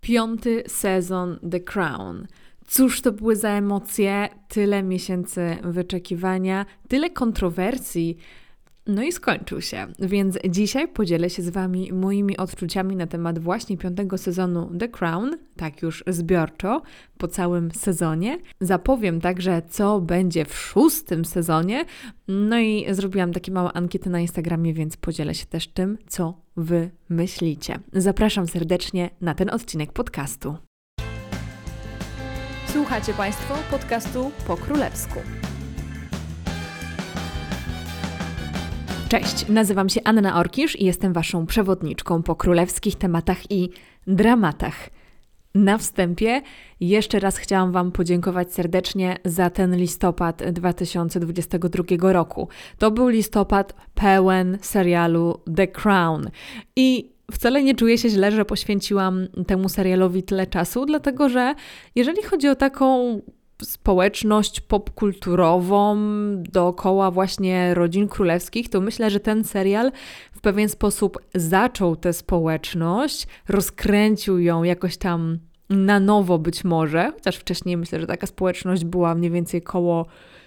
5. sezon The Crown. Cóż to były za emocje, tyle miesięcy wyczekiwania, tyle kontrowersji. No i skończył się, więc dzisiaj podzielę się z Wami moimi odczuciami na temat właśnie 5. sezonu The Crown, tak już zbiorczo, po całym sezonie. Zapowiem także, co będzie w 6. sezonie, no i zrobiłam takie małe ankiety na Instagramie, więc podzielę się też tym, co Wy myślicie. Zapraszam serdecznie na ten odcinek podcastu. Słuchacie Państwo podcastu po królewsku. Cześć, nazywam się Anna Orkisz i jestem Waszą przewodniczką po królewskich tematach i dramatach. Na wstępie jeszcze raz chciałam Wam podziękować serdecznie za ten listopad 2022 roku. To był listopad pełen serialu The Crown i wcale nie czuję się źle, że poświęciłam temu serialowi tyle czasu, dlatego że jeżeli chodzi o taką społeczność popkulturową dookoła właśnie rodzin królewskich, to myślę, że ten serial w pewien sposób zaczął tę społeczność, rozkręcił ją jakoś tam na nowo być może, chociaż wcześniej myślę, że taka społeczność była mniej więcej koło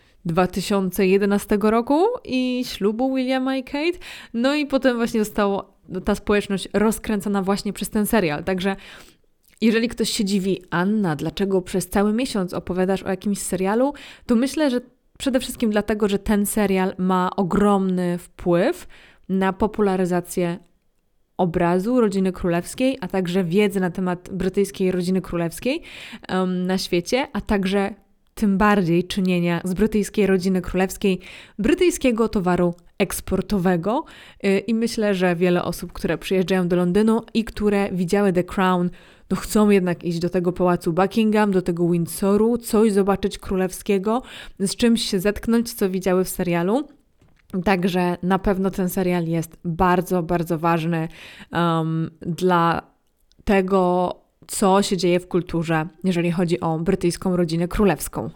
2011 roku i ślubu Williama i Kate, no i potem właśnie została ta społeczność rozkręcona właśnie przez ten serial, także jeżeli ktoś się dziwi, Anna, dlaczego przez cały miesiąc opowiadasz o jakimś serialu, to myślę, że przede wszystkim dlatego, że ten serial ma ogromny wpływ na popularyzację obrazu rodziny królewskiej, a także wiedzy na temat brytyjskiej rodziny królewskiej na świecie, a także tym bardziej czynienia z brytyjskiej rodziny królewskiej brytyjskiego towaru eksportowego i myślę, że wiele osób, które przyjeżdżają do Londynu i które widziały The Crown, no chcą jednak iść do tego pałacu Buckingham, do tego Windsoru, coś zobaczyć królewskiego, z czymś się zetknąć, co widziały w serialu. Także na pewno ten serial jest bardzo, bardzo ważny dla tego, co się dzieje w kulturze, jeżeli chodzi o brytyjską rodzinę królewską.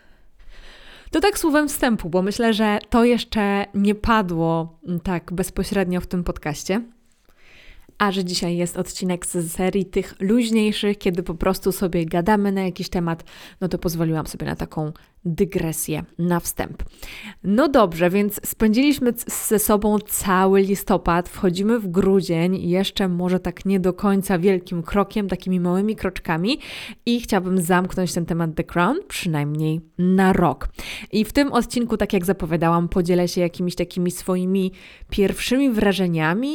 To tak słowem wstępu, bo myślę, że to jeszcze nie padło tak bezpośrednio w tym podcaście. A że dzisiaj jest odcinek z serii tych luźniejszych, kiedy po prostu sobie gadamy na jakiś temat, no to pozwoliłam sobie na taką dygresję na wstęp. No dobrze, więc spędziliśmy ze sobą cały listopad, wchodzimy w grudzień, jeszcze może tak nie do końca wielkim krokiem, takimi małymi kroczkami i chciałabym zamknąć ten temat The Crown przynajmniej na rok. I w tym odcinku, tak jak zapowiadałam, podzielę się jakimiś takimi swoimi pierwszymi wrażeniami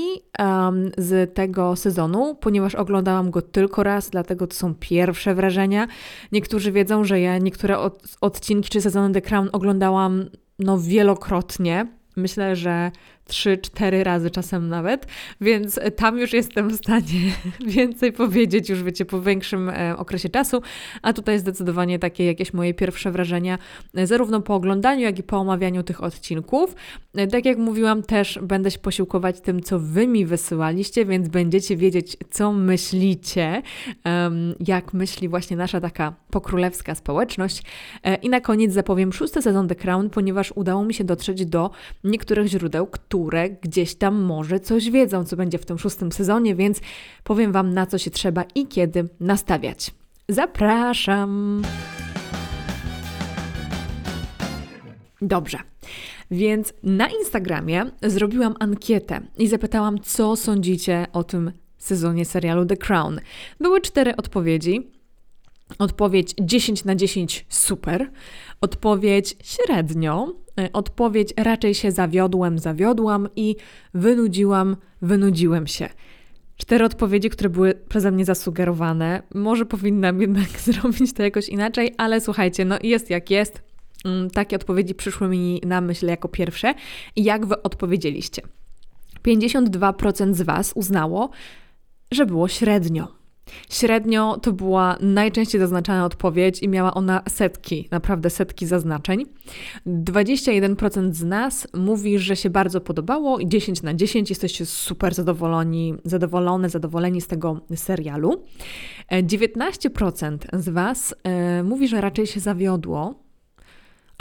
z tego sezonu, ponieważ oglądałam go tylko raz, dlatego to są pierwsze wrażenia. Niektórzy wiedzą, że ja niektóre odcinki czy sezony The Crown oglądałam wielokrotnie. Myślę, że 3-4 razy czasem nawet, więc tam już jestem w stanie więcej powiedzieć, już wiecie, po większym okresie czasu, a tutaj zdecydowanie takie jakieś moje pierwsze wrażenia, zarówno po oglądaniu, jak i po omawianiu tych odcinków. Tak jak mówiłam, też będę się posiłkować tym, co Wy mi wysyłaliście, więc będziecie wiedzieć, co myślicie, jak myśli właśnie nasza taka pokrólewska społeczność. I na koniec zapowiem 6. sezon The Crown, ponieważ udało mi się dotrzeć do niektórych źródeł, które gdzieś tam może coś wiedzą, co będzie w tym 6. sezonie, więc powiem Wam, na co się trzeba i kiedy nastawiać. Zapraszam! Dobrze, więc na Instagramie zrobiłam ankietę i zapytałam, co sądzicie o tym sezonie serialu The Crown. Były 4 odpowiedzi. Odpowiedź 10 na 10 super, odpowiedź średnio, odpowiedź raczej się zawiodłam i wynudziłem się. 4 odpowiedzi, które były przeze mnie zasugerowane. Może powinnam jednak zrobić to jakoś inaczej, ale słuchajcie, no jest jak jest. Takie odpowiedzi przyszły mi na myśl jako pierwsze. I jak Wy odpowiedzieliście? 52% z Was uznało, że było średnio. Średnio to była najczęściej zaznaczana odpowiedź i miała ona naprawdę setki zaznaczeń. 21% z nas mówi, że się bardzo podobało i 10 na 10 jesteście super zadowoleni z tego serialu. 19% z Was mówi, że raczej się zawiodło,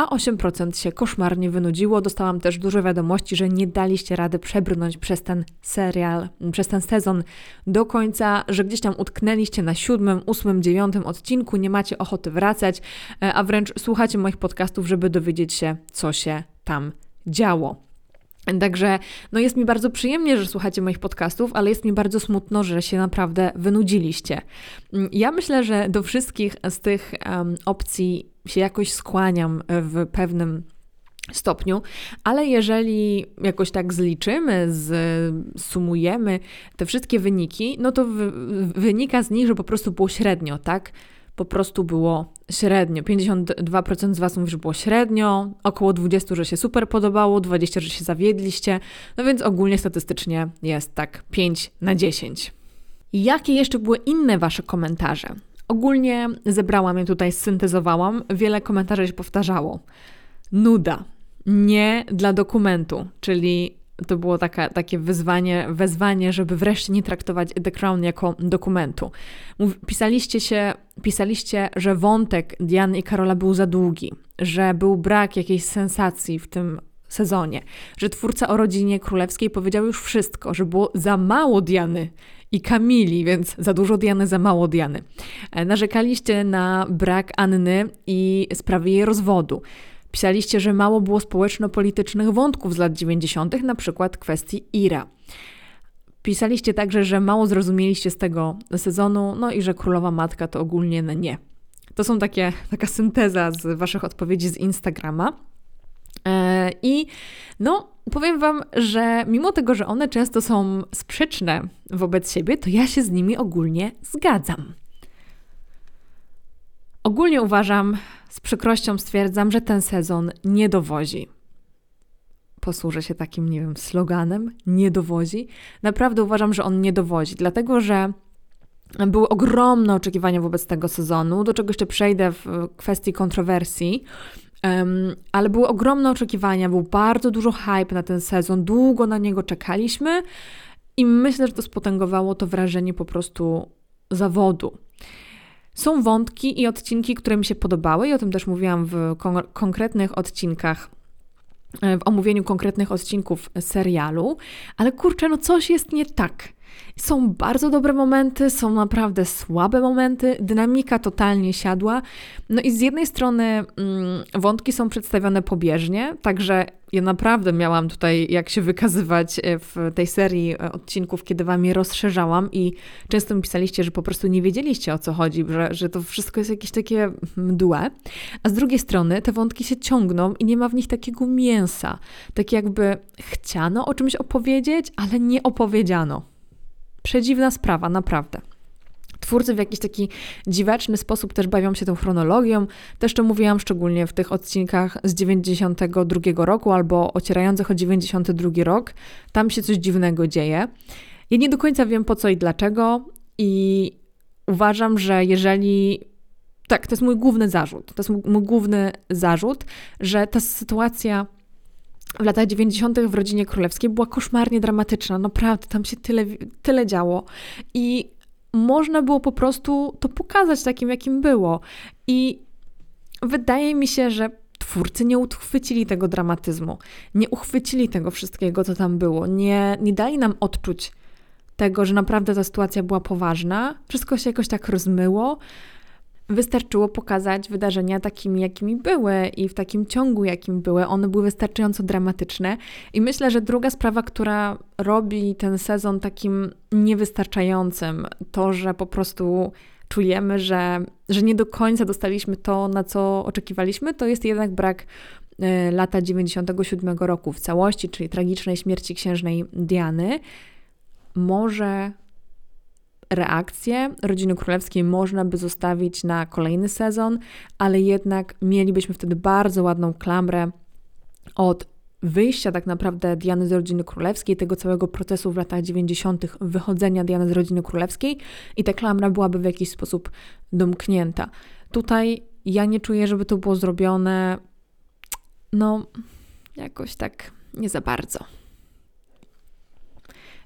a 8% się koszmarnie wynudziło. Dostałam też dużo wiadomości, że nie daliście rady przebrnąć przez ten serial, przez ten sezon do końca, że gdzieś tam utknęliście na 7., 8., 9. odcinku, nie macie ochoty wracać, a wręcz słuchacie moich podcastów, żeby dowiedzieć się, co się tam działo. Także jest mi bardzo przyjemnie, że słuchacie moich podcastów, ale jest mi bardzo smutno, że się naprawdę wynudziliście. Ja myślę, że do wszystkich z tych opcji się jakoś skłaniam w pewnym stopniu, ale jeżeli jakoś tak zliczymy, sumujemy te wszystkie wyniki, no to wynika z nich, że po prostu było średnio, tak? Po prostu było średnio. 52% z Was mówi, że było średnio, około 20%, że się super podobało, 20%, że się zawiedliście, no więc ogólnie statystycznie jest tak 5/10. Jakie jeszcze były inne Wasze komentarze? Ogólnie zebrałam je tutaj, zsyntezowałam, wiele komentarzy się powtarzało. Nuda, nie dla dokumentu, czyli to było takie wezwanie, żeby wreszcie nie traktować The Crown jako dokumentu. Pisaliście, że wątek Diany i Karola był za długi, że był brak jakiejś sensacji w tym sezonie, że twórca o rodzinie królewskiej powiedział już wszystko, że było za mało Diany i Kamili, więc za dużo Diany, za mało Diany. Narzekaliście na brak Anny i sprawy jej rozwodu. Pisaliście, że mało było społeczno-politycznych wątków z lat 90., na przykład kwestii Ira. Pisaliście także, że mało zrozumieliście z tego sezonu, no i że Królowa Matka to ogólnie nie. To są taka synteza z Waszych odpowiedzi z Instagrama. I powiem Wam, że mimo tego, że one często są sprzeczne wobec siebie, to ja się z nimi ogólnie zgadzam. Ogólnie uważam, z przykrością stwierdzam, że ten sezon nie dowozi. Posłużę się takim, sloganem, nie dowozi. Naprawdę uważam, że on nie dowozi, dlatego że były ogromne oczekiwania wobec tego sezonu, do czego jeszcze przejdę w kwestii kontrowersji, ale były ogromne oczekiwania, był bardzo dużo hype na ten sezon, długo na niego czekaliśmy i myślę, że to spotęgowało to wrażenie po prostu zawodu. Są wątki i odcinki, które mi się podobały i o tym też mówiłam w konkretnych odcinkach, w omówieniu konkretnych odcinków serialu, ale coś jest nie tak. Są bardzo dobre momenty, są naprawdę słabe momenty, dynamika totalnie siadła. No i z jednej strony wątki są przedstawione pobieżnie, także ja naprawdę miałam tutaj jak się wykazywać w tej serii odcinków, kiedy Wam je rozszerzałam i często mi pisaliście, że po prostu nie wiedzieliście, o co chodzi, że to wszystko jest jakieś takie mdłe. A z drugiej strony te wątki się ciągną i nie ma w nich takiego mięsa. Tak jakby chciano o czymś opowiedzieć, ale nie opowiedziano. Przedziwna sprawa, naprawdę. Twórcy w jakiś taki dziwaczny sposób też bawią się tą chronologią. Też to mówiłam szczególnie w tych odcinkach z 92 roku albo ocierających o 92 rok. Tam się coś dziwnego dzieje. Ja nie do końca wiem po co i dlaczego i uważam, że jeżeli... Tak, to jest mój główny zarzut. To jest mój główny zarzut, że ta sytuacja w latach 90. w rodzinie królewskiej była koszmarnie dramatyczna. Naprawdę, tam się tyle działo. I można było po prostu to pokazać takim, jakim było. I wydaje mi się, że twórcy nie uchwycili tego dramatyzmu. Nie uchwycili tego wszystkiego, co tam było. Nie dali nam odczuć tego, że naprawdę ta sytuacja była poważna. Wszystko się jakoś tak rozmyło. Wystarczyło pokazać wydarzenia takimi, jakimi były i w takim ciągu, jakim były. One były wystarczająco dramatyczne. I myślę, że druga sprawa, która robi ten sezon takim niewystarczającym, to, że po prostu czujemy, że nie do końca dostaliśmy to, na co oczekiwaliśmy, to jest jednak brak lata 97 roku w całości, czyli tragicznej śmierci księżnej Diany. Może reakcję rodziny królewskiej można by zostawić na kolejny sezon, ale jednak mielibyśmy wtedy bardzo ładną klamrę od wyjścia tak naprawdę Diany z rodziny królewskiej, tego całego procesu w latach 90. wychodzenia Diany z rodziny królewskiej i ta klamra byłaby w jakiś sposób domknięta. Tutaj ja nie czuję, żeby to było zrobione jakoś tak nie za bardzo.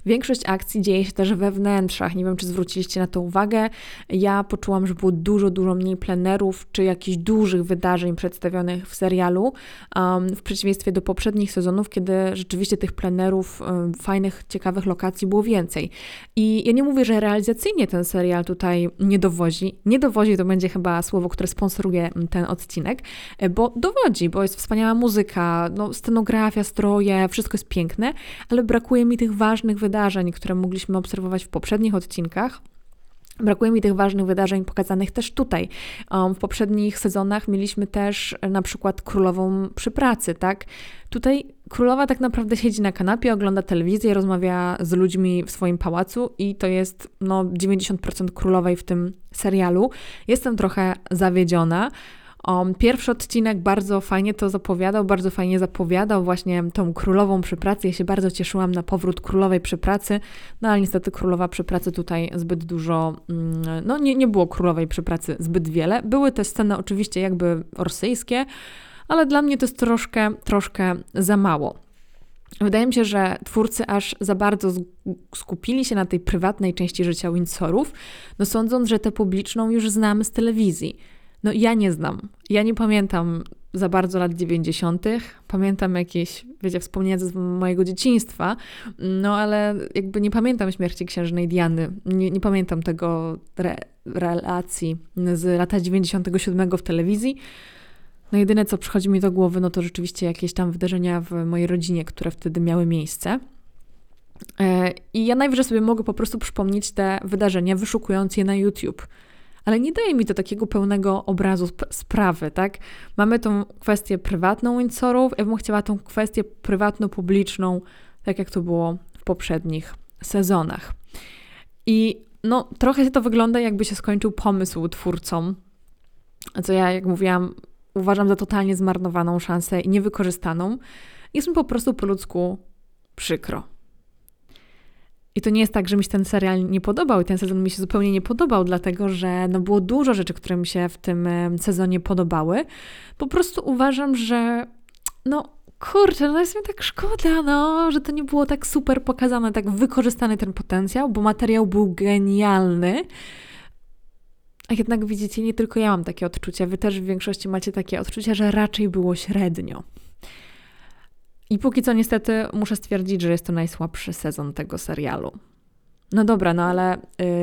Większość akcji dzieje się też we wnętrzach. Nie wiem, czy zwróciliście na to uwagę. Ja poczułam, że było dużo mniej plenerów, czy jakichś dużych wydarzeń przedstawionych w serialu, w przeciwieństwie do poprzednich sezonów, kiedy rzeczywiście tych plenerów, fajnych, ciekawych lokacji było więcej. I ja nie mówię, że realizacyjnie ten serial tutaj nie dowodzi. Nie dowodzi to będzie chyba słowo, które sponsoruje ten odcinek, bo dowodzi, bo jest wspaniała muzyka, scenografia, stroje, wszystko jest piękne, ale brakuje mi tych ważnych wydarzeń, które mogliśmy obserwować w poprzednich odcinkach. Brakuje mi tych ważnych wydarzeń pokazanych też tutaj. W poprzednich sezonach mieliśmy też na przykład królową przy pracy, tak? Tutaj królowa tak naprawdę siedzi na kanapie, ogląda telewizję, rozmawia z ludźmi w swoim pałacu i to jest 90% królowej w tym serialu. Jestem trochę zawiedziona. Pierwszy odcinek bardzo fajnie to zapowiadał, bardzo fajnie zapowiadał właśnie tą królową przy pracy. Ja się bardzo cieszyłam na powrót królowej przy pracy, ale niestety królowa przy pracy tutaj zbyt dużo, nie było królowej przy pracy zbyt wiele. Były te sceny oczywiście jakby orsyjskie, ale dla mnie to jest troszkę za mało. Wydaje mi się, że twórcy aż za bardzo skupili się na tej prywatnej części życia Windsorów, sądząc, że tę publiczną już znamy z telewizji. Ja nie znam. Ja nie pamiętam za bardzo lat 90. Pamiętam jakieś, wspomnienia z mojego dzieciństwa, ale jakby nie pamiętam śmierci księżnej Diany. Nie pamiętam tego relacji z lata 97 w telewizji. Jedyne, co przychodzi mi do głowy, to rzeczywiście jakieś tam wydarzenia w mojej rodzinie, które wtedy miały miejsce. I ja najwyżej sobie mogę po prostu przypomnieć te wydarzenia, wyszukując je na YouTube. Ale nie daje mi to takiego pełnego obrazu sprawy, tak? Mamy tą kwestię prywatną Windsorów, ja bym chciała tą kwestię prywatno-publiczną, tak jak to było w poprzednich sezonach. I trochę to wygląda, jakby się skończył pomysł twórcom, co ja, jak mówiłam, uważam za totalnie zmarnowaną szansę i niewykorzystaną. Jest mi po prostu po ludzku przykro. I to nie jest tak, że mi się ten serial nie podobał i ten sezon mi się zupełnie nie podobał, dlatego że było dużo rzeczy, które mi się w tym sezonie podobały. Po prostu uważam, że jest mi tak szkoda, że to nie było tak super pokazane, tak wykorzystany ten potencjał, bo materiał był genialny. A jednak widzicie, nie tylko ja mam takie odczucia, wy też w większości macie takie odczucia, że raczej było średnio. I póki co niestety muszę stwierdzić, że jest to najsłabszy sezon tego serialu. Dobra, ale...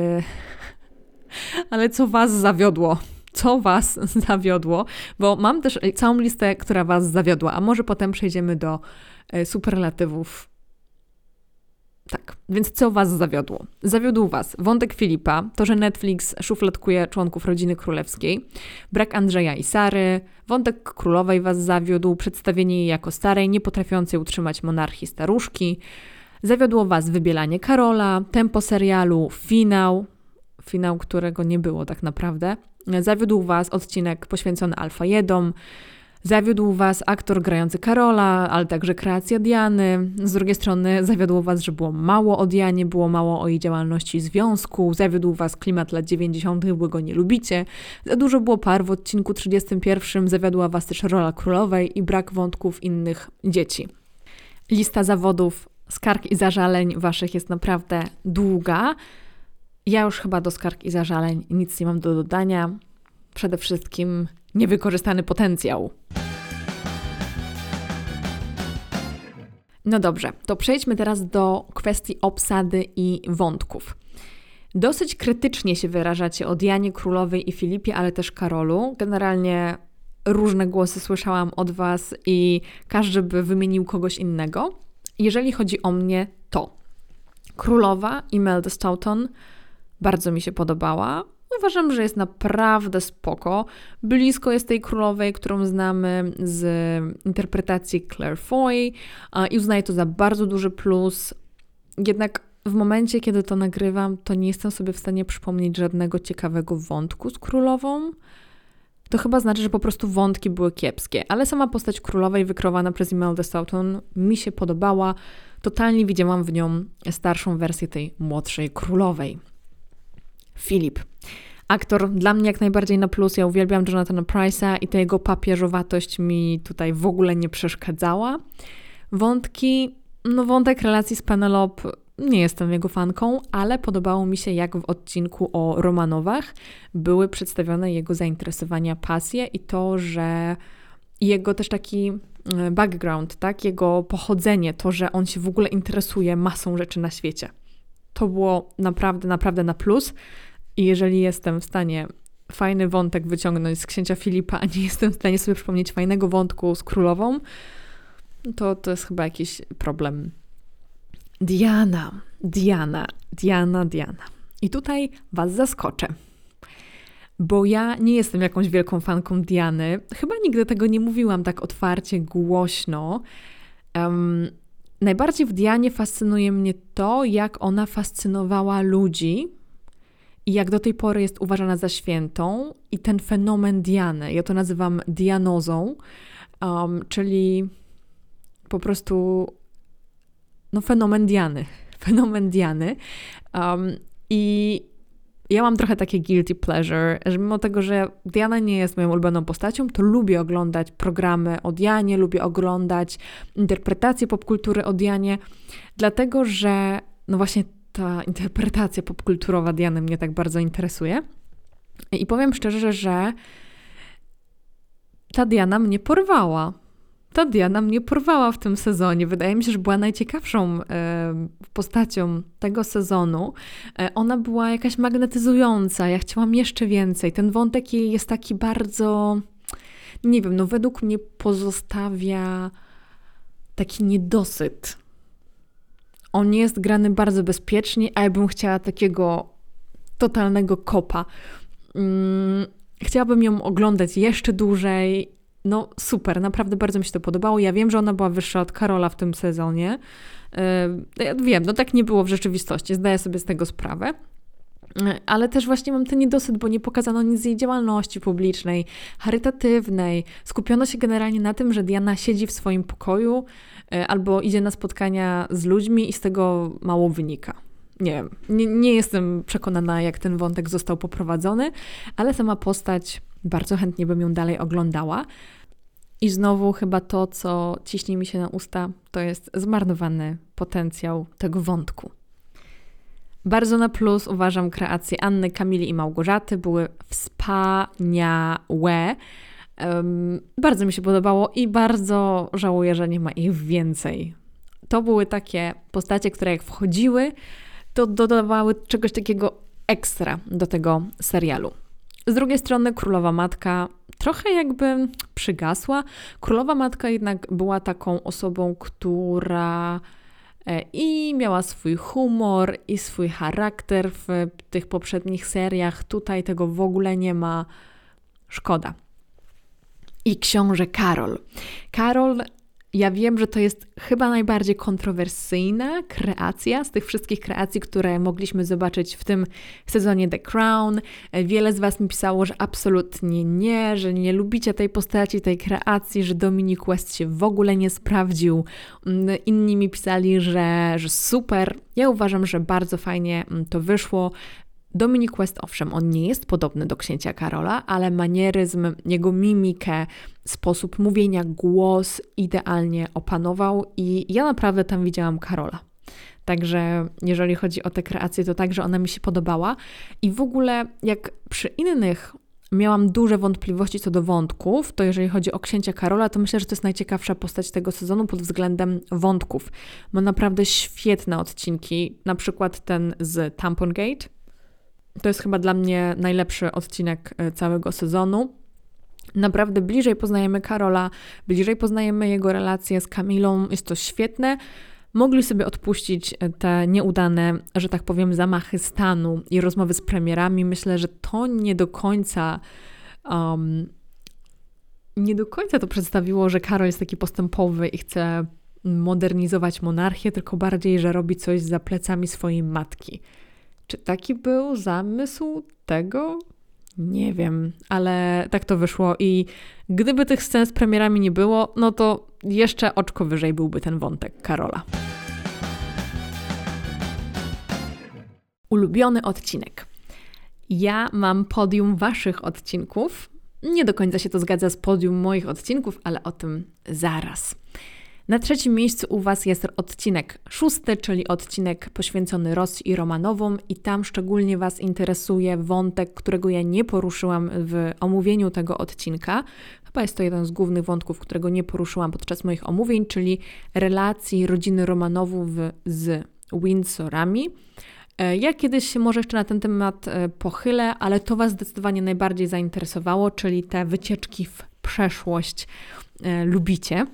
ale co was zawiodło? Co was zawiodło? Bo mam też całą listę, która was zawiodła, a może potem przejdziemy do superlatywów. Tak, więc co was zawiodło? Zawiódł was wątek Filipa, to, że Netflix szufladkuje członków rodziny królewskiej, brak Andrzeja i Sary, wątek królowej was zawiódł, przedstawienie jej jako starej, nie potrafiącej utrzymać monarchii staruszki, zawiodło was wybielanie Karola, tempo serialu, finał, którego nie było tak naprawdę, zawiódł was odcinek poświęcony Alfajedom, zawiódł was aktor grający Karola, ale także kreacja Diany. Z drugiej strony zawiodło was, że było mało o Dianie, było mało o jej działalności związku. Zawiódł was klimat lat 90., bo go nie lubicie. Za dużo było par w odcinku 31. Zawiodła was też rola królowej i brak wątków innych dzieci. Lista zawodów, skarg i zażaleń waszych jest naprawdę długa. Ja już chyba do skarg i zażaleń nic nie mam do dodania. Przede wszystkim niewykorzystany potencjał. Dobrze, to przejdźmy teraz do kwestii obsady i wątków. Dosyć krytycznie się wyrażacie o Dianie Królowej i Filipie, ale też Karolu. Generalnie różne głosy słyszałam od was i każdy by wymienił kogoś innego. Jeżeli chodzi o mnie, to Królowa Imelda Staunton bardzo mi się podobała. Uważam, że jest naprawdę spoko. Blisko jest tej królowej, którą znamy z interpretacji Claire Foy i uznaję to za bardzo duży plus. Jednak w momencie, kiedy to nagrywam, to nie jestem sobie w stanie przypomnieć żadnego ciekawego wątku z królową. To chyba znaczy, że po prostu wątki były kiepskie, ale sama postać królowej wykreowana przez Imeldę Staunton mi się podobała. Totalnie widziałam w nią starszą wersję tej młodszej królowej. Filip. Aktor dla mnie jak najbardziej na plus. Ja uwielbiam Jonathana Pryce'a i ta jego papieżowatość mi tutaj w ogóle nie przeszkadzała. Wątki, wątek relacji z Penelope nie jestem jego fanką, ale podobało mi się, jak w odcinku o Romanowach były przedstawione jego zainteresowania, pasje i to, że jego też taki background, tak, jego pochodzenie, to, że on się w ogóle interesuje masą rzeczy na świecie. To było naprawdę, naprawdę na plus i jeżeli jestem w stanie fajny wątek wyciągnąć z księcia Filipa, a nie jestem w stanie sobie przypomnieć fajnego wątku z królową, to jest chyba jakiś problem. Diana. I tutaj was zaskoczę, bo ja nie jestem jakąś wielką fanką Diany. Chyba nigdy tego nie mówiłam tak otwarcie, głośno. Najbardziej w Dianie fascynuje mnie to, jak ona fascynowała ludzi i jak do tej pory jest uważana za świętą i ten fenomen Diany. Ja to nazywam dianozą, czyli po prostu fenomen Diany. I ja mam trochę takie guilty pleasure, że mimo tego, że Diana nie jest moją ulubioną postacią, to lubię oglądać programy o Dianie, lubię oglądać interpretacje popkultury o Dianie, dlatego że właśnie ta interpretacja popkulturowa Diany mnie tak bardzo interesuje. I powiem szczerze, że ta Diana mnie porwała. W tym sezonie. Wydaje mi się, że była najciekawszą postacią tego sezonu. Ona była jakaś magnetyzująca. Ja chciałam jeszcze więcej. Ten wątek jej jest taki bardzo, nie wiem, według mnie pozostawia taki niedosyt. On jest grany bardzo bezpiecznie, a ja bym chciała takiego totalnego kopa. Chciałabym ją oglądać jeszcze dłużej. Super, naprawdę bardzo mi się to podobało. Ja wiem, że ona była wyższa od Karola w tym sezonie. Ja wiem, tak nie było w rzeczywistości, zdaję sobie z tego sprawę. Ale też właśnie mam ten niedosyt, bo nie pokazano nic z jej działalności publicznej, charytatywnej. Skupiono się generalnie na tym, że Diana siedzi w swoim pokoju albo idzie na spotkania z ludźmi i z tego mało wynika. Nie wiem, nie jestem przekonana, jak ten wątek został poprowadzony, ale sama postać bardzo chętnie bym ją dalej oglądała. I znowu chyba to, co ciśnie mi się na usta, to jest zmarnowany potencjał tego wątku. Bardzo na plus uważam kreacje Anny, Kamili i Małgorzaty. Były wspaniałe. Bardzo mi się podobało i bardzo żałuję, że nie ma ich więcej. To były takie postacie, które jak wchodziły, to dodawały czegoś takiego ekstra do tego serialu. Z drugiej strony Królowa Matka trochę jakby przygasła. Królowa Matka jednak była taką osobą, która i miała swój humor i swój charakter w tych poprzednich seriach. Tutaj tego w ogóle nie ma. Szkoda. I książę Karol. Karol, ja wiem, że to jest chyba najbardziej kontrowersyjna kreacja z tych wszystkich kreacji, które mogliśmy zobaczyć w tym sezonie The Crown. Wiele z Was mi pisało, że absolutnie nie, że nie lubicie tej postaci, tej kreacji, że Dominic West się w ogóle nie sprawdził. Inni mi pisali, że super. Ja uważam, że bardzo fajnie to wyszło. Dominic West, owszem, on nie jest podobny do księcia Karola, ale manieryzm, jego mimikę, sposób mówienia, głos idealnie opanował i ja naprawdę tam widziałam Karola. Także jeżeli chodzi o tę kreację, to także ona mi się podobała. I w ogóle jak przy innych miałam duże wątpliwości co do wątków, to jeżeli chodzi o księcia Karola, to myślę, że to jest najciekawsza postać tego sezonu pod względem wątków. Ma naprawdę świetne odcinki, na przykład ten z Tampon Gate. To jest chyba dla mnie najlepszy odcinek całego sezonu. Naprawdę bliżej poznajemy Karola, bliżej poznajemy jego relacje z Kamilą. Jest to świetne. Mogli sobie odpuścić te nieudane, że tak powiem, zamachy stanu i rozmowy z premierami. Myślę, że to nie do końca to przedstawiło, że Karol jest taki postępowy i chce modernizować monarchię, tylko bardziej, że robi coś za plecami swojej matki. Czy taki był zamysł tego? Nie wiem, ale tak to wyszło i gdyby tych scen z premierami nie było, no to jeszcze oczko wyżej byłby ten wątek Karola. Ulubiony odcinek. Ja mam podium waszych odcinków. Nie do końca się to zgadza z podium moich odcinków, ale o tym zaraz. Na trzecim miejscu u Was jest odcinek 6, czyli odcinek poświęcony Rosji i Romanowom i tam szczególnie Was interesuje wątek, którego ja nie poruszyłam w omówieniu tego odcinka. Chyba jest to jeden z głównych wątków, którego nie poruszyłam podczas moich omówień, czyli relacji rodziny Romanowów z Windsorami. Ja kiedyś się może jeszcze na ten temat pochylę, ale to Was zdecydowanie najbardziej zainteresowało, czyli te wycieczki w przeszłość lubicie.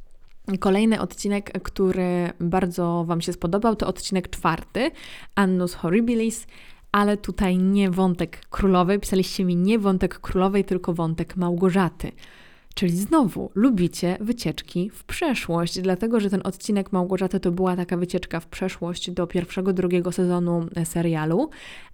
Kolejny odcinek, który bardzo Wam się spodobał, to odcinek 4, Annus Horribilis, ale tutaj nie wątek królowej, pisaliście mi nie wątek królowej, tylko wątek Małgorzaty. Czyli znowu lubicie wycieczki w przeszłość, dlatego że ten odcinek Małgorzaty to była taka wycieczka w przeszłość do pierwszego, drugiego sezonu serialu,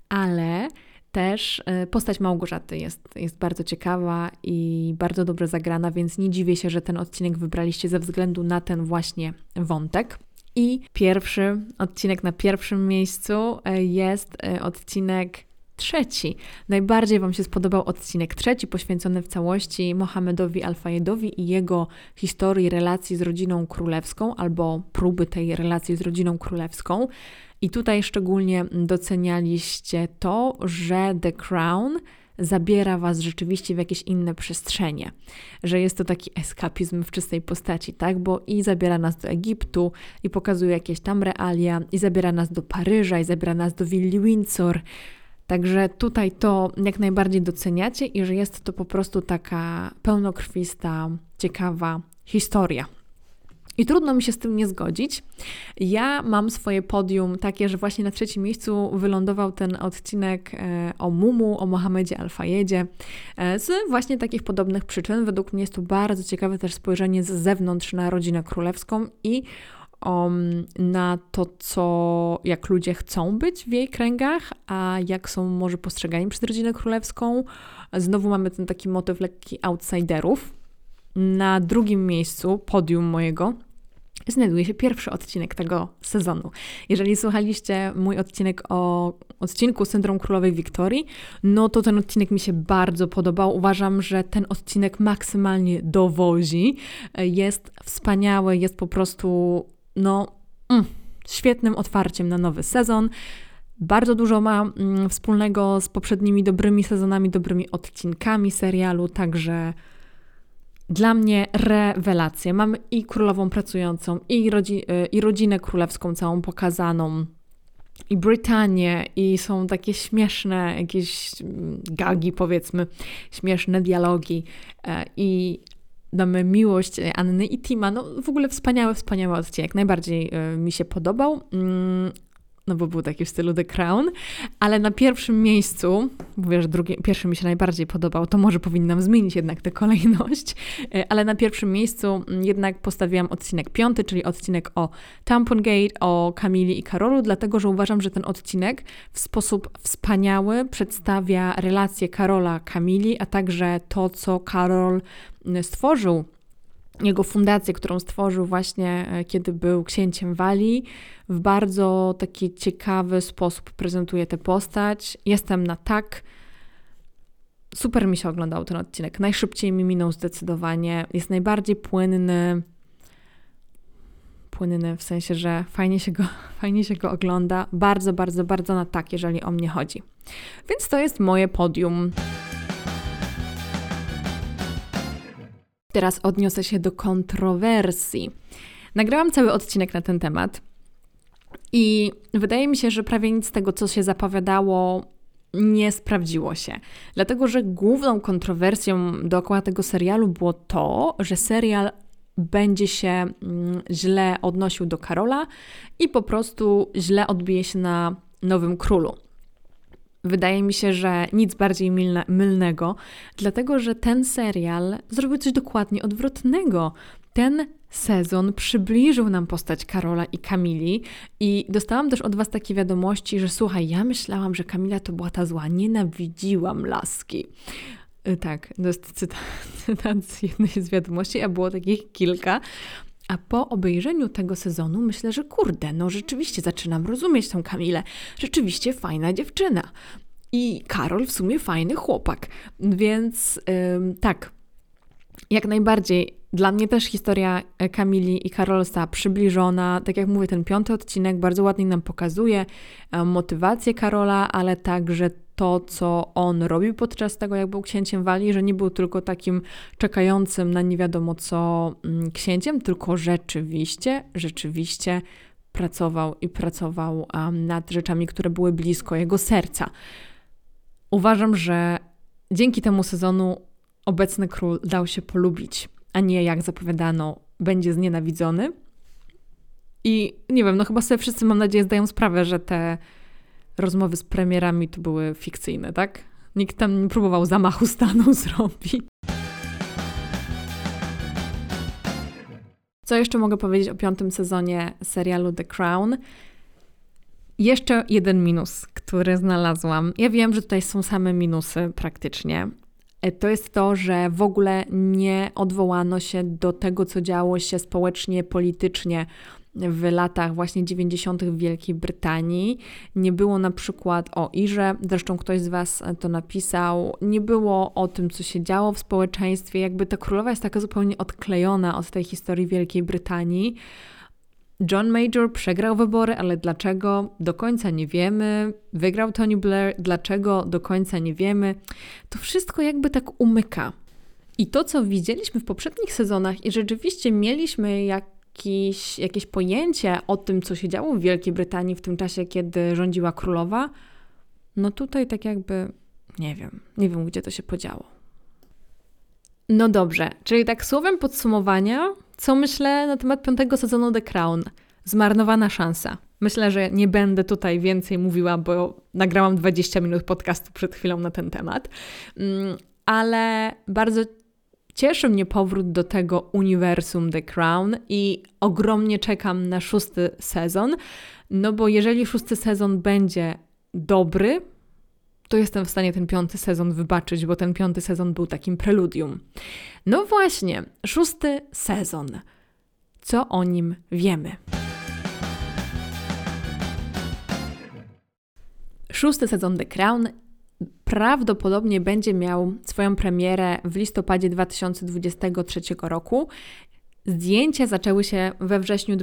ale też postać Małgorzaty jest bardzo ciekawa i bardzo dobrze zagrana, więc nie dziwię się, że ten odcinek wybraliście ze względu na ten właśnie wątek. I pierwszy odcinek na pierwszym miejscu jest odcinek 3. Najbardziej Wam się spodobał odcinek 3, poświęcony w całości Mohamedowi Al-Fayedowi i jego historii relacji z rodziną królewską, albo próby tej relacji z rodziną królewską. I tutaj szczególnie docenialiście to, że The Crown zabiera Was rzeczywiście w jakieś inne przestrzenie, że jest to taki eskapizm w czystej postaci, tak? Bo i zabiera nas do Egiptu i pokazuje jakieś tam realia, i zabiera nas do Paryża, i zabiera nas do willi Windsor. Także tutaj to jak najbardziej doceniacie i że jest to po prostu taka pełnokrwista, ciekawa historia. I trudno mi się z tym nie zgodzić. Ja mam swoje podium takie, że właśnie na trzecim miejscu wylądował ten odcinek o Mumu, o Mohamedzie Al-Fayedzie z właśnie takich podobnych przyczyn. Według mnie jest to bardzo ciekawe też spojrzenie z zewnątrz na rodzinę królewską i na to, jak ludzie chcą być w jej kręgach, a jak są może postrzegani przez rodzinę królewską. Znowu mamy ten taki motyw lekki outsiderów. Na drugim miejscu podium mojego znajduje się pierwszy odcinek tego sezonu. Jeżeli słuchaliście mój odcinek o odcinku Syndrom Królowej Wiktorii, no to ten odcinek mi się bardzo podobał. Uważam, że ten odcinek maksymalnie dowozi. Jest wspaniały, jest po prostu świetnym otwarciem na nowy sezon. Bardzo dużo ma wspólnego z poprzednimi dobrymi sezonami, dobrymi odcinkami serialu, także dla mnie rewelacja. Mamy i królową pracującą, i rodzinę królewską całą pokazaną, i Brytanię, i są takie śmieszne jakieś gagi, powiedzmy, śmieszne dialogi, i mamy miłość Anny i Tima. No w ogóle wspaniały odcinek. Najbardziej mi się podobał. No bo był taki w stylu The Crown, ale na pierwszym miejscu, mówię, że pierwszy mi się najbardziej podobał, to może powinnam zmienić jednak tę kolejność, ale na pierwszym miejscu jednak postawiłam odcinek 5, czyli odcinek o Tampon Gate, o Kamili i Karolu, dlatego, że uważam, że ten odcinek w sposób wspaniały przedstawia relacje Karola, Kamili, a także to, co Karol stworzył, jego fundację, którą stworzył właśnie, kiedy był księciem Walii, w bardzo taki ciekawy sposób prezentuje tę postać. Jestem na tak. Super mi się oglądał ten odcinek. Najszybciej mi minął zdecydowanie. Jest najbardziej płynny w sensie, że fajnie się go ogląda. Bardzo, bardzo, bardzo na tak, jeżeli o mnie chodzi. Więc to jest moje podium. Teraz odniosę się do kontrowersji. Nagrałam cały odcinek na ten temat i wydaje mi się, że prawie nic z tego, co się zapowiadało, nie sprawdziło się. Dlatego, że główną kontrowersją dookoła tego serialu było to, że serial będzie się źle odnosił do Karola i po prostu źle odbije się na nowym królu. Wydaje mi się, że nic bardziej mylnego, dlatego że ten serial zrobił coś dokładnie odwrotnego. Ten sezon przybliżył nam postać Karola i Kamili i dostałam też od Was takie wiadomości, że słuchaj, ja myślałam, że Kamila to była ta zła, nienawidziłam laski. Tak, to jest cytat z jednej z wiadomości, a było takich kilka. A po obejrzeniu tego sezonu myślę, że kurde, no rzeczywiście zaczynam rozumieć tą Kamilę. Rzeczywiście fajna dziewczyna. I Karol w sumie fajny chłopak. Więc tak, Jak najbardziej. Dla mnie też historia Kamili i Karola została przybliżona. Tak jak mówię, ten 5. odcinek bardzo ładnie nam pokazuje motywację Karola, ale także to, co on robił podczas tego, jak był księciem Walii, że nie był tylko takim czekającym na nie wiadomo co księciem, tylko rzeczywiście pracował nad rzeczami, które były blisko jego serca. Uważam, że dzięki temu sezonu obecny król dał się polubić, a nie jak zapowiadano, będzie znienawidzony. I nie wiem, chyba sobie wszyscy, mam nadzieję, zdają sprawę, że te rozmowy z premierami to były fikcyjne, tak? Nikt tam nie próbował zamachu stanu zrobić. Co jeszcze mogę powiedzieć o 5. sezonie serialu The Crown? Jeszcze jeden minus, który znalazłam. Ja wiem, że tutaj są same minusy praktycznie. To jest to, że w ogóle nie odwołano się do tego, co działo się społecznie, politycznie w latach właśnie 90. w Wielkiej Brytanii. Nie było na przykład o Irze, zresztą ktoś z Was to napisał, nie było o tym, co się działo w społeczeństwie. Jakby ta królowa jest taka zupełnie odklejona od tej historii Wielkiej Brytanii. John Major przegrał wybory, ale dlaczego? Do końca nie wiemy. Wygrał Tony Blair, dlaczego? Do końca nie wiemy. To wszystko jakby tak umyka. I to, co widzieliśmy w poprzednich sezonach i rzeczywiście mieliśmy jakieś pojęcie o tym, co się działo w Wielkiej Brytanii w tym czasie, kiedy rządziła królowa, no tutaj tak jakby nie wiem, gdzie to się podziało. No dobrze, czyli tak słowem podsumowania, co myślę na temat 5. sezonu The Crown? Zmarnowana szansa. Myślę, że nie będę tutaj więcej mówiła, bo nagrałam 20 minut podcastu przed chwilą na ten temat, ale bardzo cieszy mnie powrót do tego uniwersum The Crown i ogromnie czekam na 6. sezon, no bo jeżeli 6. sezon będzie dobry, to jestem w stanie ten 5. sezon wybaczyć, bo ten 5. sezon był takim preludium. No właśnie, 6. sezon. Co o nim wiemy? 6. sezon The Crown prawdopodobnie będzie miał swoją premierę w listopadzie 2023 roku. Zdjęcia zaczęły się we wrześniu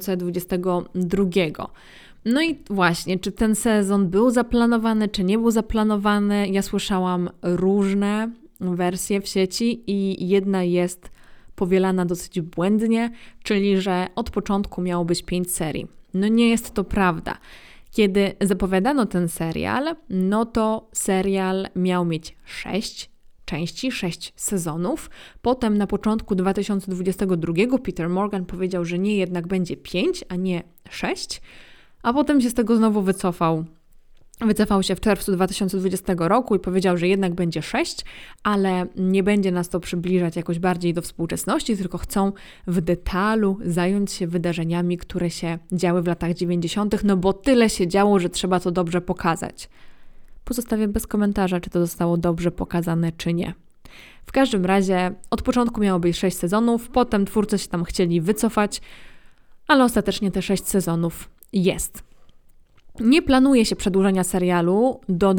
2022. No i właśnie, czy ten sezon był zaplanowany, czy nie był zaplanowany? Ja słyszałam różne wersje w sieci i jedna jest powielana dosyć błędnie, czyli że od początku miało być 5 serii. No nie jest to prawda. Kiedy zapowiadano ten serial, no to serial miał mieć 6 części, 6 sezonów. Potem na początku 2022 Peter Morgan powiedział, że nie, jednak będzie 5, a nie 6, a potem się z tego znowu wycofał. Wycofał się w czerwcu 2020 roku i powiedział, że jednak będzie 6, ale nie będzie nas to przybliżać jakoś bardziej do współczesności, tylko chcą w detalu zająć się wydarzeniami, które się działy w latach 90., no bo tyle się działo, że trzeba to dobrze pokazać. Pozostawię bez komentarza, czy to zostało dobrze pokazane, czy nie. W każdym razie od początku miało być 6 sezonów, potem twórcy się tam chcieli wycofać, ale ostatecznie te 6 sezonów jest. Nie planuje się przedłużenia serialu do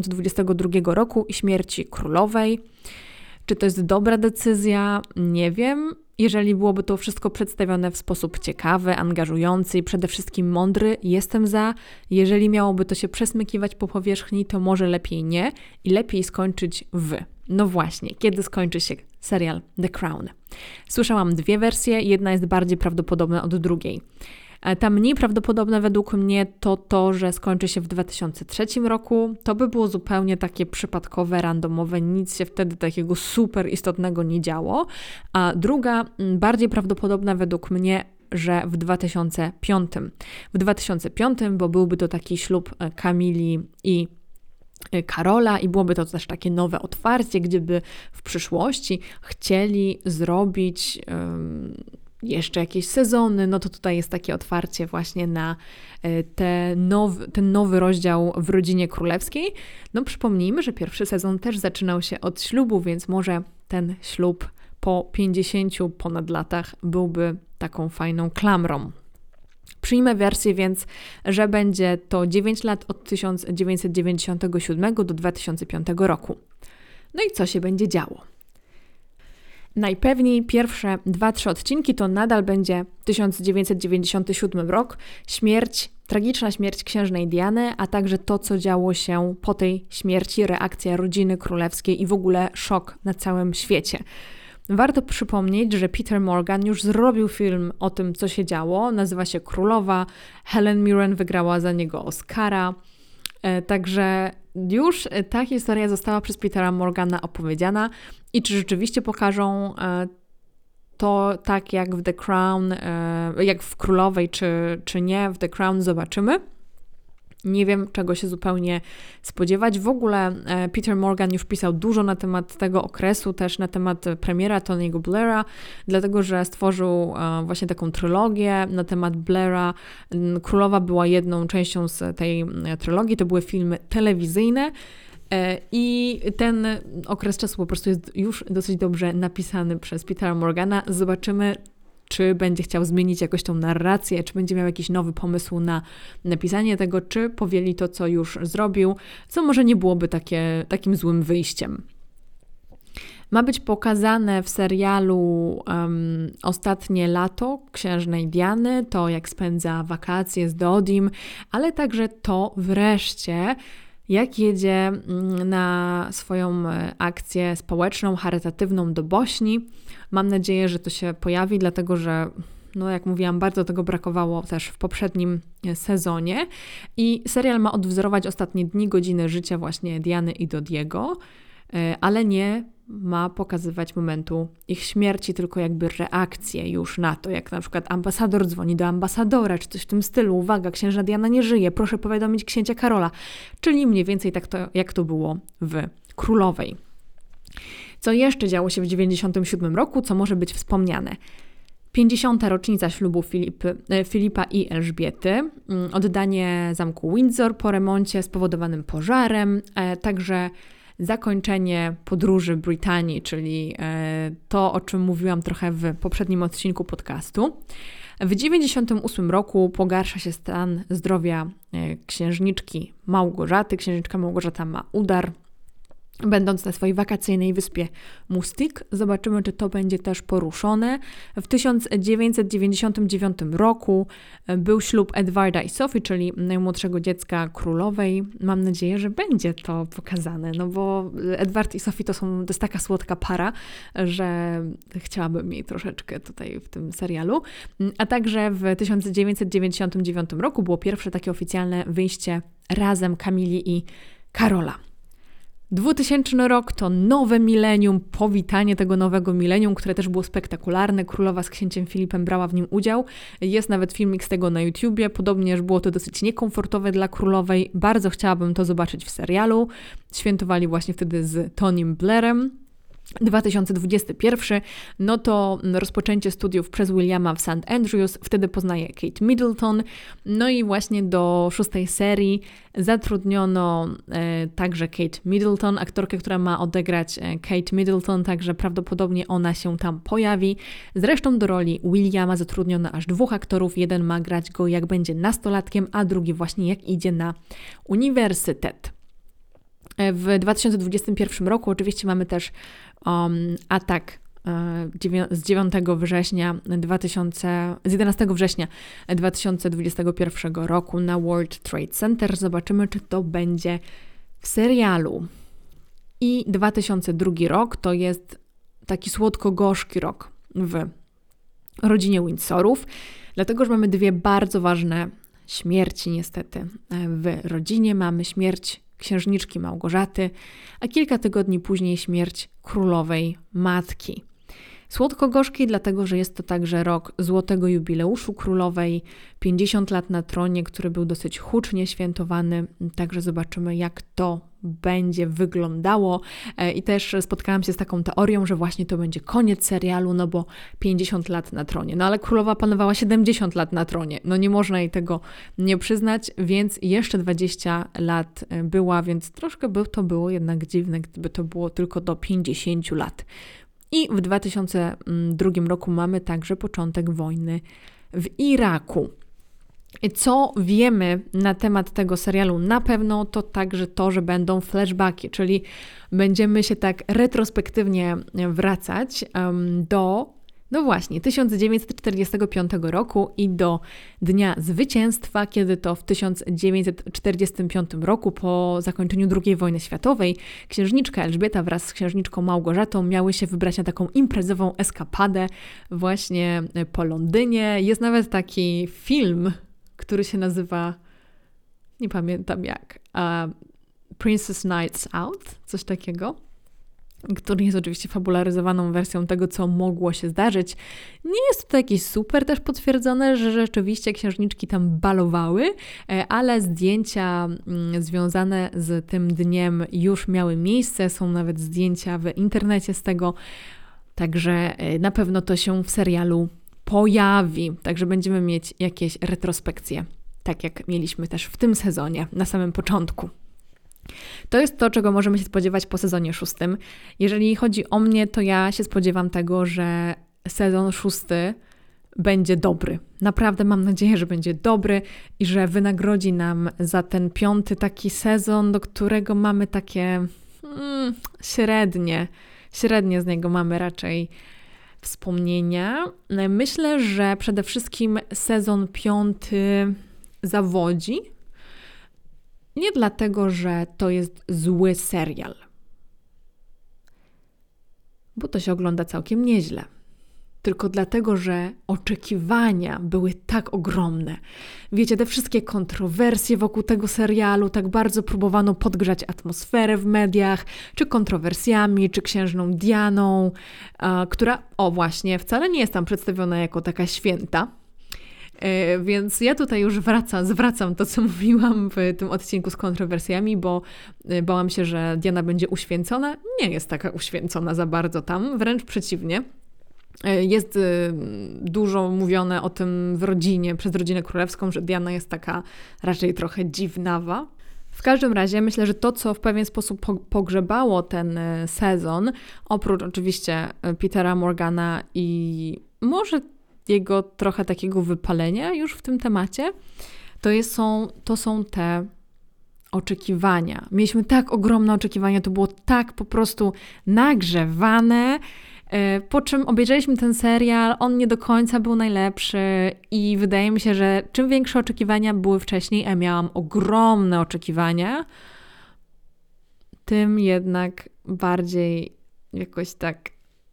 2022 roku i śmierci królowej. Czy to jest dobra decyzja? Nie wiem. Jeżeli byłoby to wszystko przedstawione w sposób ciekawy, angażujący i przede wszystkim mądry, jestem za. Jeżeli miałoby to się przesmykiwać po powierzchni, to może lepiej nie i lepiej skończyć No właśnie, kiedy skończy się serial The Crown? Słyszałam 2 wersje, jedna jest bardziej prawdopodobna od drugiej. Ta mniej prawdopodobna według mnie to, że skończy się w 2003 roku. To by było zupełnie takie przypadkowe, randomowe, nic się wtedy takiego super istotnego nie działo. A druga, bardziej prawdopodobna według mnie, że w 2005. W 2005, bo byłby to taki ślub Kamili i Karola i byłoby to też takie nowe otwarcie, gdyby w przyszłości chcieli zrobić jeszcze jakieś sezony, no to tutaj jest takie otwarcie właśnie na ten nowy rozdział w rodzinie królewskiej. No przypomnijmy, że pierwszy sezon też zaczynał się od ślubu, więc może ten ślub po 50 ponad latach byłby taką fajną klamrą. Przyjmę wersję więc, że będzie to 9 lat od 1997 do 2005 roku. No i co się będzie działo? Najpewniej pierwsze 2-3 odcinki to nadal będzie 1997 rok, tragiczna śmierć księżnej Diany, a także to, co działo się po tej śmierci, reakcja rodziny królewskiej i w ogóle szok na całym świecie. Warto przypomnieć, że Peter Morgan już zrobił film o tym, co się działo. Nazywa się Królowa. Helen Mirren wygrała za niego Oscara. Także już ta historia została przez Petera Morgana opowiedziana i czy rzeczywiście pokażą to tak jak w The Crown, jak w Królowej, czy nie, w The Crown zobaczymy. Nie wiem, czego się zupełnie spodziewać. W ogóle Peter Morgan już pisał dużo na temat tego okresu, też na temat premiera Tony'ego Blaira, dlatego że stworzył właśnie taką trylogię na temat Blaira. Królowa była jedną częścią z tej trylogii, to były filmy telewizyjne i ten okres czasu po prostu jest już dosyć dobrze napisany przez Petera Morgana. Zobaczymy, czy będzie chciał zmienić jakoś tą narrację, czy będzie miał jakiś nowy pomysł na napisanie tego, czy powieli to, co już zrobił, co może nie byłoby takim złym wyjściem. Ma być pokazane w serialu ostatnie lato księżnej Diany, to jak spędza wakacje z Dodim, ale także to wreszcie, jak jedzie na swoją akcję społeczną, charytatywną do Bośni. Mam nadzieję, że to się pojawi, dlatego że, no jak mówiłam, bardzo tego brakowało też w poprzednim sezonie. I serial ma odwzorować ostatnie dni, godziny życia właśnie Diany i Dodiego, ale nie ma pokazywać momentu ich śmierci, tylko jakby reakcję już na to, jak na przykład ambasador dzwoni do ambasadora, czy coś w tym stylu. Uwaga, księżna Diana nie żyje, proszę powiadomić księcia Karola. Czyli mniej więcej tak jak to było w Królowej. Co jeszcze działo się w 1997 roku, co może być wspomniane? 50. rocznica ślubu Filipa i Elżbiety, oddanie zamku Windsor po remoncie spowodowanym pożarem, także zakończenie podróży Brytanii, czyli to, o czym mówiłam trochę w poprzednim odcinku podcastu. W 1998 roku pogarsza się stan zdrowia księżniczki Małgorzaty. Księżniczka Małgorzata ma udar, będąc na swojej wakacyjnej wyspie Mustik. Zobaczymy, czy to będzie też poruszone. W 1999 roku był ślub Edwarda i Sophie, czyli najmłodszego dziecka królowej. Mam nadzieję, że będzie to pokazane, no bo Edward i Sophie to jest taka słodka para, że chciałabym jej troszeczkę tutaj w tym serialu. A także w 1999 roku było pierwsze takie oficjalne wyjście razem Kamili i Karola. 2000 rok to nowe milenium, powitanie tego nowego milenium, które też było spektakularne. Królowa z księciem Filipem brała w nim udział. Jest nawet filmik z tego na YouTubie. Podobnież było to dosyć niekomfortowe dla królowej. Bardzo chciałabym to zobaczyć w serialu. Świętowali właśnie wtedy z Tonym Blairem. 2021, no to rozpoczęcie studiów przez Williama w St. Andrews, wtedy poznaje Kate Middleton, no i właśnie do 6. serii zatrudniono także Kate Middleton, aktorkę, która ma odegrać Kate Middleton, także prawdopodobnie ona się tam pojawi. Zresztą do roli Williama zatrudniono aż 2 aktorów, jeden ma grać go jak będzie nastolatkiem, a drugi właśnie jak idzie na uniwersytet. W 2021 roku oczywiście mamy też atak z 11 września 2021 roku na World Trade Center. Zobaczymy, czy to będzie w serialu. I 2002 rok to jest taki słodko-gorzki rok w rodzinie Windsorów, dlatego że mamy 2 bardzo ważne śmierci niestety. W rodzinie mamy śmierć księżniczki Małgorzaty, a kilka tygodni później śmierć królowej matki. Słodko-gorzki, dlatego że jest to także rok złotego jubileuszu królowej, 50 lat na tronie, który był dosyć hucznie świętowany, także zobaczymy, jak to będzie wyglądało. I też spotkałam się z taką teorią, że właśnie to będzie koniec serialu, no bo 50 lat na tronie. No ale królowa panowała 70 lat na tronie, no nie można jej tego nie przyznać, więc jeszcze 20 lat była, więc troszkę by to było jednak dziwne, gdyby to było tylko do 50 lat. I w 2002 roku mamy także początek wojny w Iraku. Co wiemy na temat tego serialu na pewno, to także to, że będą flashbacki, czyli będziemy się tak retrospektywnie wracać do, no właśnie, 1945 roku i do Dnia Zwycięstwa, kiedy to w 1945 roku, po zakończeniu II wojny światowej, księżniczka Elżbieta wraz z księżniczką Małgorzatą miały się wybrać na taką imprezową eskapadę właśnie po Londynie. Jest nawet taki film, który się nazywa, nie pamiętam jak, Princess Nights Out, coś takiego, który jest oczywiście fabularyzowaną wersją tego, co mogło się zdarzyć. Nie jest to jakieś super też potwierdzone, że rzeczywiście księżniczki tam balowały, ale zdjęcia związane z tym dniem już miały miejsce, są nawet zdjęcia w internecie z tego, także na pewno to się w serialu pojawi, także będziemy mieć jakieś retrospekcje, tak jak mieliśmy też w tym sezonie, na samym początku. To jest to, czego możemy się spodziewać po sezonie 6. Jeżeli chodzi o mnie, to ja się spodziewam tego, że sezon 6 będzie dobry. Naprawdę mam nadzieję, że będzie dobry i że wynagrodzi nam za ten 5. taki sezon, do którego mamy takie średnie z niego mamy raczej wspomnienia. Myślę, że przede wszystkim sezon 5 zawodzi. Nie dlatego, że to jest zły serial, bo to się ogląda całkiem nieźle. Tylko dlatego, że oczekiwania były tak ogromne. Wiecie, te wszystkie kontrowersje wokół tego serialu, tak bardzo próbowano podgrzać atmosferę w mediach, czy kontrowersjami, czy księżną Dianą, która, właśnie, wcale nie jest tam przedstawiona jako taka święta. Więc ja tutaj już zwracam to, co mówiłam w tym odcinku z kontrowersjami, bo bałam się, że Diana będzie uświęcona. Nie jest taka uświęcona za bardzo tam, wręcz przeciwnie. Jest dużo mówione o tym w rodzinie, przez rodzinę królewską, że Diana jest taka raczej trochę dziwnawa. W każdym razie myślę, że to, co w pewien sposób pogrzebało ten sezon, oprócz oczywiście Petera Morgana i może jego trochę takiego wypalenia już w tym temacie, to są te oczekiwania. Mieliśmy tak ogromne oczekiwania, to było tak po prostu nagrzewane, po czym obejrzeliśmy ten serial, on nie do końca był najlepszy i wydaje mi się, że czym większe oczekiwania były wcześniej, a miałam ogromne oczekiwania, tym jednak bardziej jakoś tak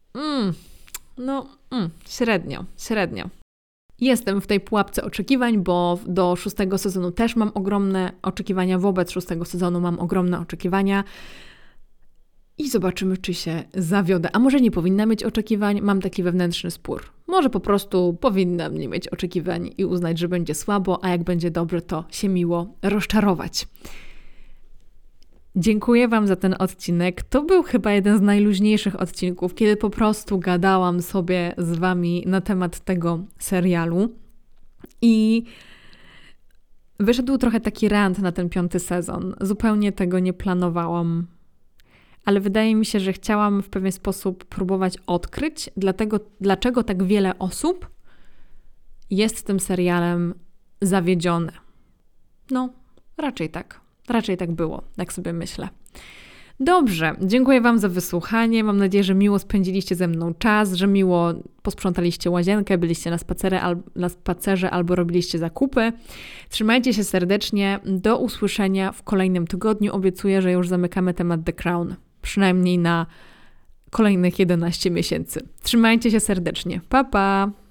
średnio. Jestem w tej pułapce oczekiwań, bo do 6. sezonu też mam ogromne oczekiwania, wobec 6. sezonu mam ogromne oczekiwania i zobaczymy, czy się zawiodę. A może nie powinna mieć oczekiwań? Mam taki wewnętrzny spór. Może po prostu powinnam nie mieć oczekiwań i uznać, że będzie słabo, a jak będzie dobrze, to się miło rozczarować. Dziękuję Wam za ten odcinek. To był chyba jeden z najluźniejszych odcinków, kiedy po prostu gadałam sobie z Wami na temat tego serialu. I wyszedł trochę taki rant na ten 5. sezon. Zupełnie tego nie planowałam. Ale wydaje mi się, że chciałam w pewien sposób próbować odkryć, dlaczego tak wiele osób jest tym serialem zawiedzione. No, raczej tak. Raczej tak było, tak sobie myślę. Dobrze, dziękuję Wam za wysłuchanie. Mam nadzieję, że miło spędziliście ze mną czas, że miło posprzątaliście łazienkę, byliście na spacerze albo robiliście zakupy. Trzymajcie się serdecznie. Do usłyszenia w kolejnym tygodniu. Obiecuję, że już zamykamy temat The Crown. Przynajmniej na kolejnych 11 miesięcy. Trzymajcie się serdecznie. Pa, pa!